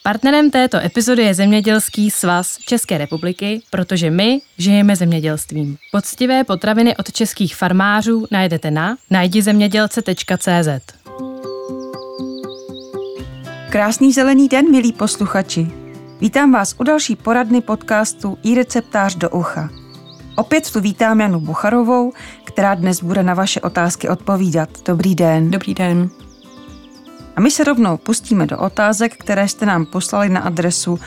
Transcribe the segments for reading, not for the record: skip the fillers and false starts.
Partnerem této epizody je Zemědělský svaz České republiky, protože my žijeme zemědělstvím. Poctivé potraviny od českých farmářů najdete na najdizemědělce.cz. Krásný zelený den, milí posluchači. Vítám vás u další poradny podcastu iReceptář do ucha. Opět tu vítám Janu Bucharovou, která dnes bude na vaše otázky odpovídat. Dobrý den. Dobrý den. A my se rovnou pustíme do otázek, které jste nám poslali na adresu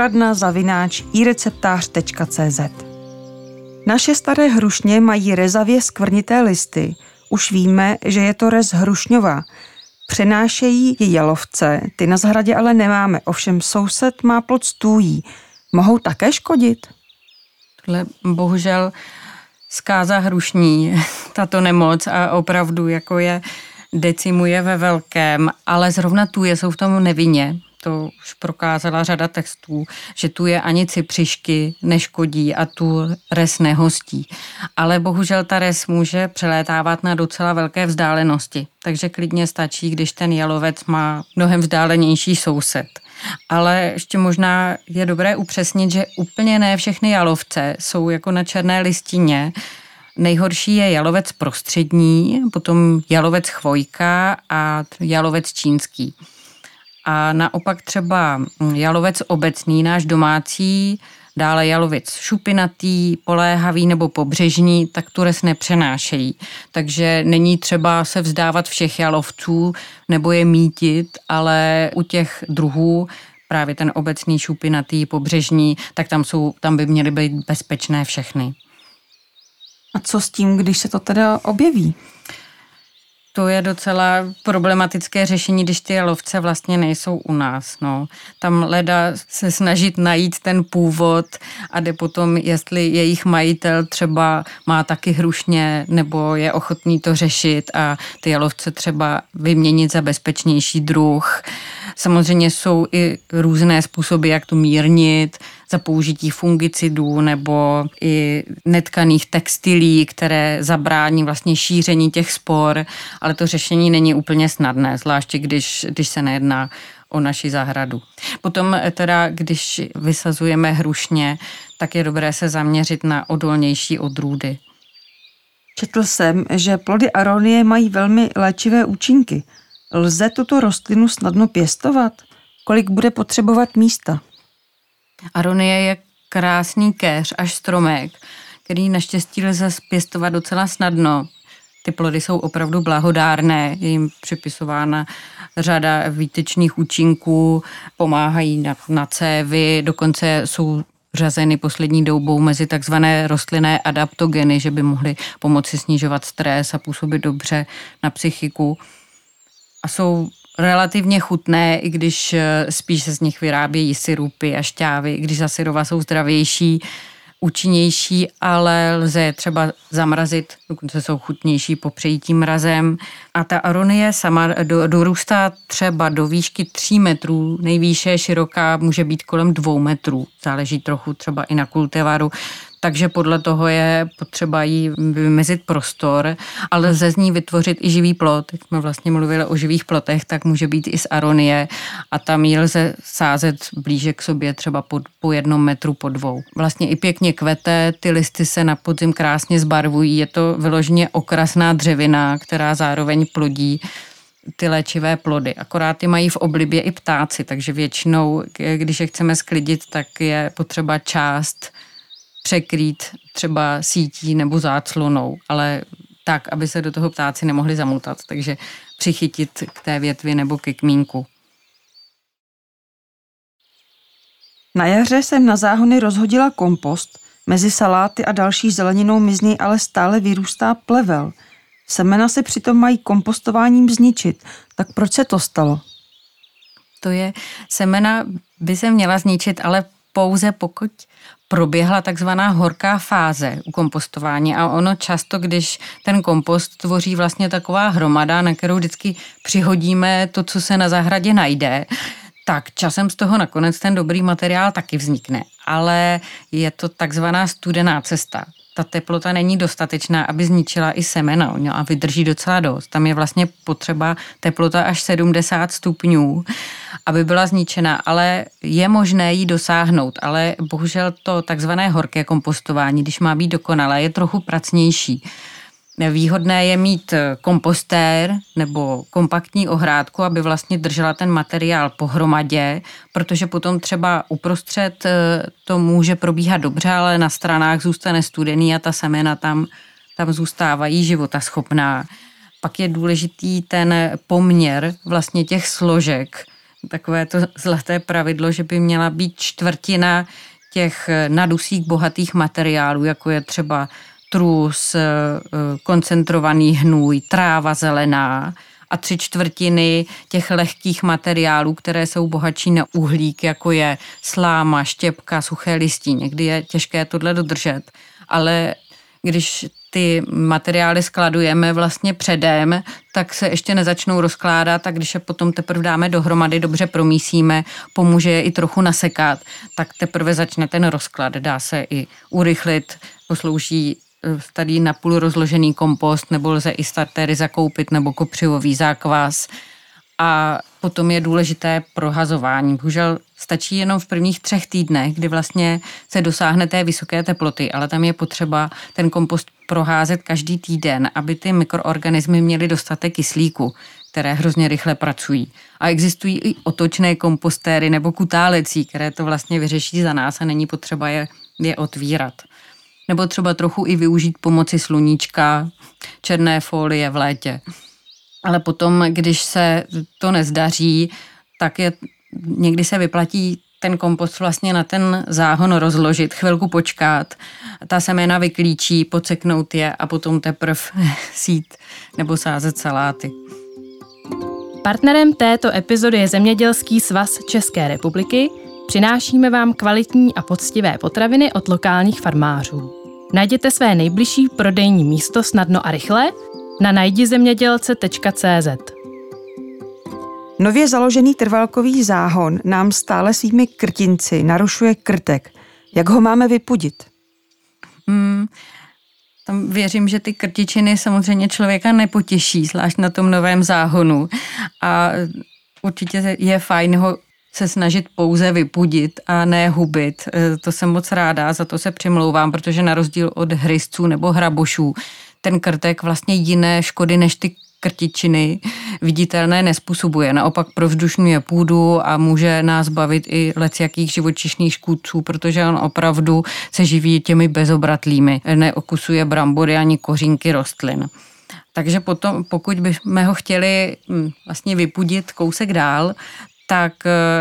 poradna@ireceptář.cz. Naše staré hrušně mají rezavě skvrnité listy. Už víme, že je to rez hrušňová. Přenášejí ji jalovce, ty na zahradě ale nemáme, ovšem soused má plod stůjí. Mohou také škodit? Tohle bohužel zkáza hrušní, tato nemoc a opravdu jako je decimuje ve velkém, ale zrovna tuje jsou v tom nevinně. To už prokázala řada textů, že tu je ani cipřišky neškodí a tu res nehostí. Ale bohužel ta res může přelétávat na docela velké vzdálenosti, takže klidně stačí, když ten jalovec má mnohem vzdálenější soused. Ale ještě možná je dobré upřesnit, že úplně ne všechny jalovce jsou jako na černé listině. Nejhorší je jalovec prostřední, potom jalovec chvojka a jalovec čínský. A naopak třeba jalovec obecný, náš domácí, dále jalovec šupinatý, poléhavý nebo pobřežní, tak tu res nepřenášejí. Takže není třeba se vzdávat všech jalovců nebo je mítit, ale u těch druhů, právě ten obecný, šupinatý, pobřežní, tak tam by měly být bezpečné všechny. A co s tím, když se to teda objeví? To je docela problematické řešení, když ty jalovce vlastně nejsou u nás. No. Tam leda se snažit najít ten původ a jde potom, jestli jejich majitel třeba má taky hrušně nebo je ochotný to řešit a ty jalovce třeba vyměnit za bezpečnější druh. Samozřejmě jsou i různé způsoby, jak to mírnit, za použití fungicidů nebo i netkaných textilí, které zabrání vlastně šíření těch spor, ale to řešení není úplně snadné, zvláště když se nejedná o naši zahradu. Potom teda, když vysazujeme hrušně, tak je dobré se zaměřit na odolnější odrůdy. Četl jsem, že plody aronie mají velmi léčivé účinky. Lze tuto rostlinu snadno pěstovat? Kolik bude potřebovat místa? Aronie je krásný keř až stromek, který naštěstí lze pěstovat docela snadno. Ty plody jsou opravdu blahodárné, je jim připisována řada výtečných účinků, pomáhají na cévy, dokonce jsou řazeny poslední dobou mezi takzvané rostlinné adaptogeny, že by mohly pomoci snižovat stres a působit dobře na psychiku. A jsou relativně chutné, i když spíš se z nich vyrábějí sirupy a šťávy, i když za syrova jsou zdravější, účinnější, ale lze je třeba zamrazit, dokonce jsou chutnější po přejítí mrazem. A ta aronie sama dorůstá třeba do výšky 3 metrů, nejvýše široká může být kolem 2 metrů, záleží trochu třeba i na kultivaru. Takže podle toho je potřeba jí vymezit prostor, ale lze z ní vytvořit i živý plod. Jak jsme vlastně mluvili o živých plotech, tak může být i z aronie a tam ji lze sázet blíže k sobě třeba po 1 metru, po 2. Vlastně i pěkně kvete, ty listy se na podzim krásně zbarvují. Je to vyloženě okrasná dřevina, která zároveň plodí ty léčivé plody. Akorát ty mají v oblibě i ptáci, takže většinou, když je chceme sklidit, tak je potřeba část překrýt třeba sítí nebo záclonou, ale tak, aby se do toho ptáci nemohli zamotat, takže přichytit k té větvi nebo ke kmínku. Na jaře jsem na záhony rozhodila kompost, mezi saláty a další zeleninou mi z něj ale stále vyrůstá plevel. Semena se přitom mají kompostováním zničit, tak proč se to stalo? Semena by se měla zničit, ale pouze pokud proběhla takzvaná horká fáze u kompostování a ono často, když ten kompost tvoří vlastně taková hromada, na kterou vždycky přihodíme to, co se na zahradě najde, tak časem z toho nakonec ten dobrý materiál taky vznikne. Ale je to takzvaná studená cesta. ta teplota není dostatečná, aby zničila i semena a vydrží docela dost. Tam je vlastně potřeba teplota až 70 stupňů, aby byla zničena, ale je možné jí dosáhnout, ale bohužel to takzvané horké kompostování, když má být dokonalé, je trochu pracnější. Výhodné je mít kompostér nebo kompaktní ohrádku, aby vlastně držela ten materiál pohromadě, protože potom třeba uprostřed to může probíhat dobře, ale na stranách zůstane studený a ta semena tam zůstávají životaschopná. Pak je důležitý ten poměr vlastně těch složek, takové to zlaté pravidlo, že by měla být čtvrtina těch na dusík bohatých materiálů, jako je třeba trus, koncentrovaný hnůj, tráva zelená a 3/4 těch lehkých materiálů, které jsou bohatší na uhlík, jako je sláma, štěpka, suché listí. Někdy je těžké tohle dodržet, ale když ty materiály skladujeme vlastně předem, tak se ještě nezačnou rozkládat a když je potom teprve dáme dohromady, dobře promísíme, pomůže je i trochu nasekat, tak teprve začne ten rozklad. Dá se i urychlit, poslouží tady napůl rozložený kompost, nebo lze i startéry zakoupit, nebo kopřivový zákvas. A potom je důležité prohazování. Bohužel stačí jenom v prvních 3 týdnech, kdy vlastně se dosáhne té vysoké teploty, ale tam je potřeba ten kompost proházet každý týden, aby ty mikroorganismy měly dostatek kyslíku, které hrozně rychle pracují. A existují i otočné kompostéry nebo kutálecí, které to vlastně vyřeší za nás a není potřeba je otvírat. Nebo třeba trochu i využít pomoci sluníčka, černé folie v létě. Ale potom, když se to nezdaří, tak někdy se vyplatí ten kompost vlastně na ten záhon rozložit, chvilku počkat, ta semena vyklíčí, podseknout je a potom teprve sít nebo sázet saláty. Partnerem této epizody je Zemědělský svaz České republiky. Přinášíme vám kvalitní a poctivé potraviny od lokálních farmářů. Najděte své nejbližší prodejní místo snadno a rychle na najdizemědělce.cz. Nově založený trvalkový záhon nám stále svými krtinci narušuje krtek. Jak ho máme vypudit? Tam věřím, že ty krtičiny samozřejmě člověka nepotěší, zvlášť na tom novém záhonu. A určitě je fajn ho se snažit pouze vypudit a ne hubit. To jsem moc ráda, za to se přimlouvám, protože na rozdíl od hryzců nebo hrabošů, ten krtek vlastně jiné škody než ty krtičiny viditelné nezpůsobuje. Naopak provzdušňuje půdu a může nás bavit i lecjakých živočišných škůdců, protože on opravdu se živí těmi bezobratlými. Neokusuje brambory ani kořínky rostlin. Takže potom, pokud bychom ho chtěli vlastně vypudit kousek dál, tak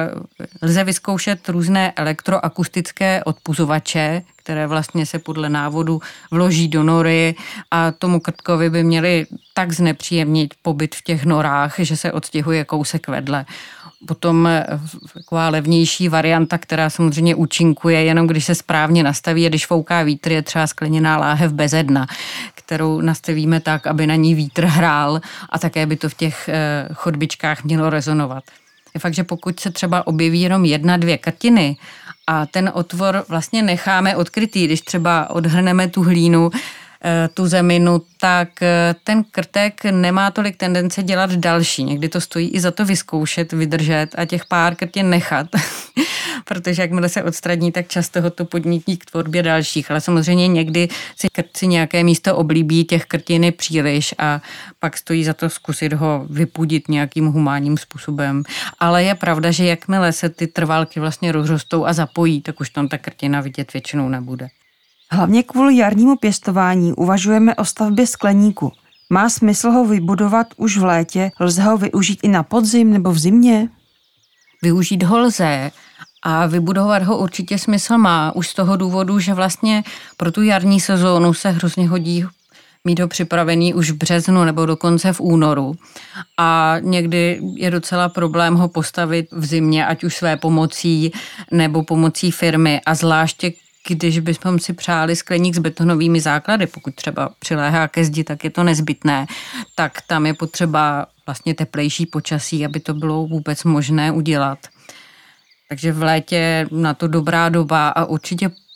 lze vyzkoušet různé elektroakustické odpuzovače, které vlastně se podle návodu vloží do nory a tomu krtkovi by měli tak znepříjemnit pobyt v těch norách, že se odstěhuje kousek vedle. Potom taková levnější varianta, která samozřejmě účinkuje, jenom když se správně nastaví a když fouká vítr, je třeba skleněná láhev beze dna, kterou nastavíme tak, aby na ní vítr hrál a také by to v těch chodbičkách mělo rezonovat. Je fakt, že pokud se třeba objeví jenom 1-2 krtiny a ten otvor vlastně necháme odkrytý, když třeba odhrneme tu hlínu, tu zeminu, tak ten krtek nemá tolik tendence dělat další. Někdy to stojí i za to vyzkoušet, vydržet a těch pár krtin nechat, protože jakmile se odstraní, tak často ho to podnítí k tvorbě dalších. Ale samozřejmě někdy si krtci nějaké místo oblíbí, těch krtin je příliš a pak stojí za to zkusit ho vypudit nějakým humánním způsobem. Ale je pravda, že jakmile se ty trvalky vlastně rozrostou a zapojí, tak už tam ta krtina vidět většinou nebude. Hlavně kvůli jarnímu pěstování uvažujeme o stavbě skleníku. Má smysl ho vybudovat už v létě? Lze ho využít i na podzim nebo v zimě? Využít ho lze a vybudovat ho určitě smysl má. Už z toho důvodu, že vlastně pro tu jarní sezónu se hrozně hodí mít ho připravený už v březnu nebo dokonce v únoru. A někdy je docela problém ho postavit v zimě, ať už své pomocí nebo pomocí firmy a zvláště když bychom si přáli skleník s betonovými základy, pokud třeba přiléhá ke zdi, tak je to nezbytné, tak tam je potřeba vlastně teplejší počasí, aby to bylo vůbec možné udělat. Takže v létě na to dobrá doba a určitě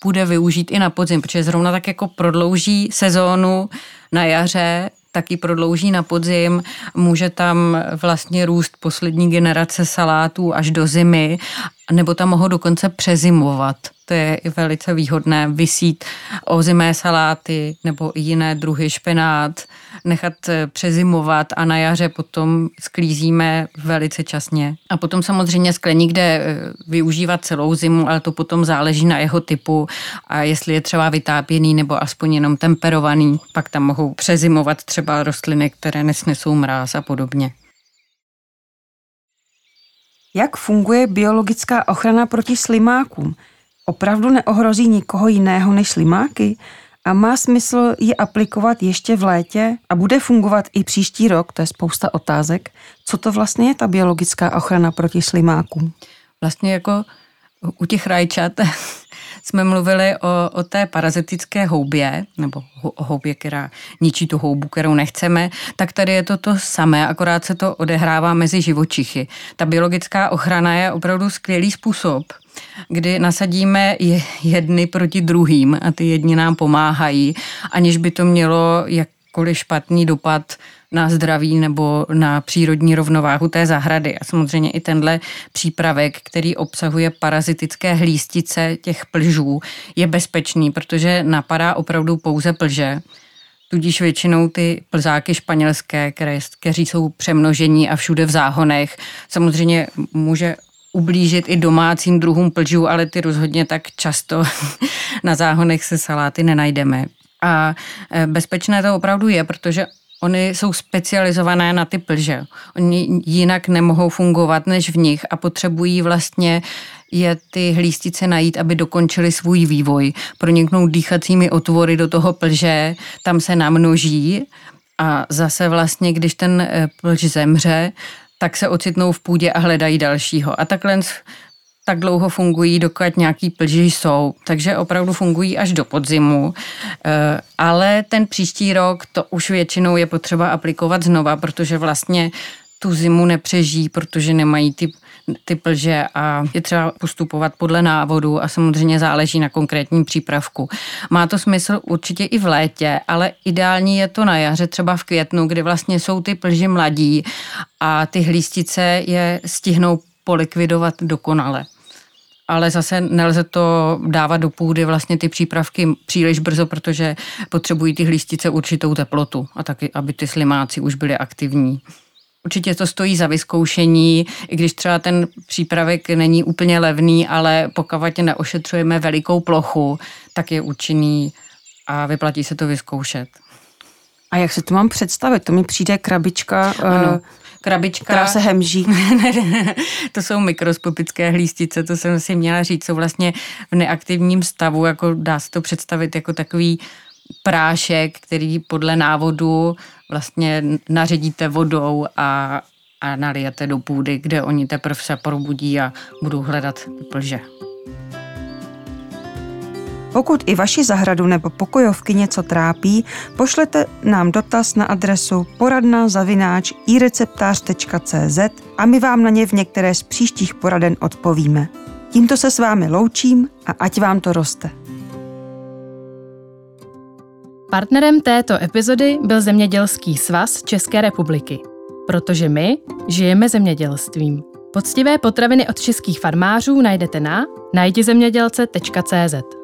půjde využít i na podzim, protože zrovna tak jako prodlouží sezónu na jaře, tak ji prodlouží na podzim, může tam vlastně růst poslední generace salátů až do zimy, nebo tam mohou dokonce přezimovat. To je i velice výhodné vysít ozimé saláty nebo i jiné druhy špenát, nechat přezimovat a na jaře potom sklízíme velice časně. A potom samozřejmě skleník jde využívat celou zimu, ale to potom záleží na jeho typu a jestli je třeba vytápěný nebo aspoň jenom temperovaný, pak tam mohou přezimovat třeba rostliny, které nesnesou mráz a podobně. Jak funguje biologická ochrana proti slimákům? Opravdu neohrozí nikoho jiného než slimáky? A má smysl ji aplikovat ještě v létě a bude fungovat i příští rok? To je spousta otázek. Co to vlastně je ta biologická ochrana proti slimákům? Vlastně jako u těch rajčat jsme mluvili o té parazitické houbě, nebo o houbě, která ničí tu houbu, kterou nechceme, tak tady je to samé, akorát se to odehrává mezi živočichy. Ta biologická ochrana je opravdu skvělý způsob, kdy nasadíme jedny proti druhým a ty jedni nám pomáhají, aniž by to mělo jakkoliv špatný dopad na zdraví nebo na přírodní rovnováhu té zahrady. A samozřejmě i tenhle přípravek, který obsahuje parazitické hlístice těch plžů, je bezpečný, protože napadá opravdu pouze plže. Tudíž většinou ty plzáky španělské, kteří jsou přemnožení a všude v záhonech, samozřejmě může ublížit i domácím druhům plžů, ale ty rozhodně tak často na záhonech se saláty nenajdeme. A bezpečné to opravdu je, protože oni jsou specializované na ty plže. Oni jinak nemohou fungovat než v nich a potřebují vlastně je ty hlístice najít, aby dokončili svůj vývoj. Proniknou dýchacími otvory do toho plže, tam se namnoží a zase vlastně, když ten plž zemře, tak se ocitnou v půdě a hledají dalšího. A takhle tak dlouho fungují, dokud nějaký plži jsou. Takže opravdu fungují až do podzimu. Ale ten příští rok to už většinou je potřeba aplikovat znova, protože vlastně tu zimu nepřežijí, protože nemají ty plže a je třeba postupovat podle návodu a samozřejmě záleží na konkrétním přípravku. Má to smysl určitě i v létě, ale ideální je to na jaře, třeba v květnu, kdy vlastně jsou ty plži mladí a ty hlístice je stihnou polikvidovat dokonale. Ale zase nelze to dávat do půdy vlastně ty přípravky příliš brzo, protože potřebují ty hlístice určitou teplotu a taky, aby ty slimáci už byli aktivní. Určitě to stojí za vyzkoušení, i když třeba ten přípravek není úplně levný, ale pokud neošetřujeme velikou plochu, tak je účinný a vyplatí se to vyzkoušet. A jak se to mám představit? To mi přijde krabička, která se hemží. To jsou mikroskopické hlístice, to jsem si měla říct, jsou vlastně v neaktivním stavu, jako dá se to představit jako takový prášek, který podle návodu vlastně naředíte vodou a nalijete do půdy, kde oni teprve se probudí a budou hledat plže. Pokud i vaši zahradu nebo pokojovky něco trápí, pošlete nám dotaz na adresu poradna@ireceptář.cz a my vám na ně v některé z příštích poraden odpovíme. Tímto se s vámi loučím a ať vám to roste. Partnerem této epizody byl Zemědělský svaz České republiky, protože my žijeme zemědělstvím. Poctivé potraviny od českých farmářů najdete na najdizemědělce.cz.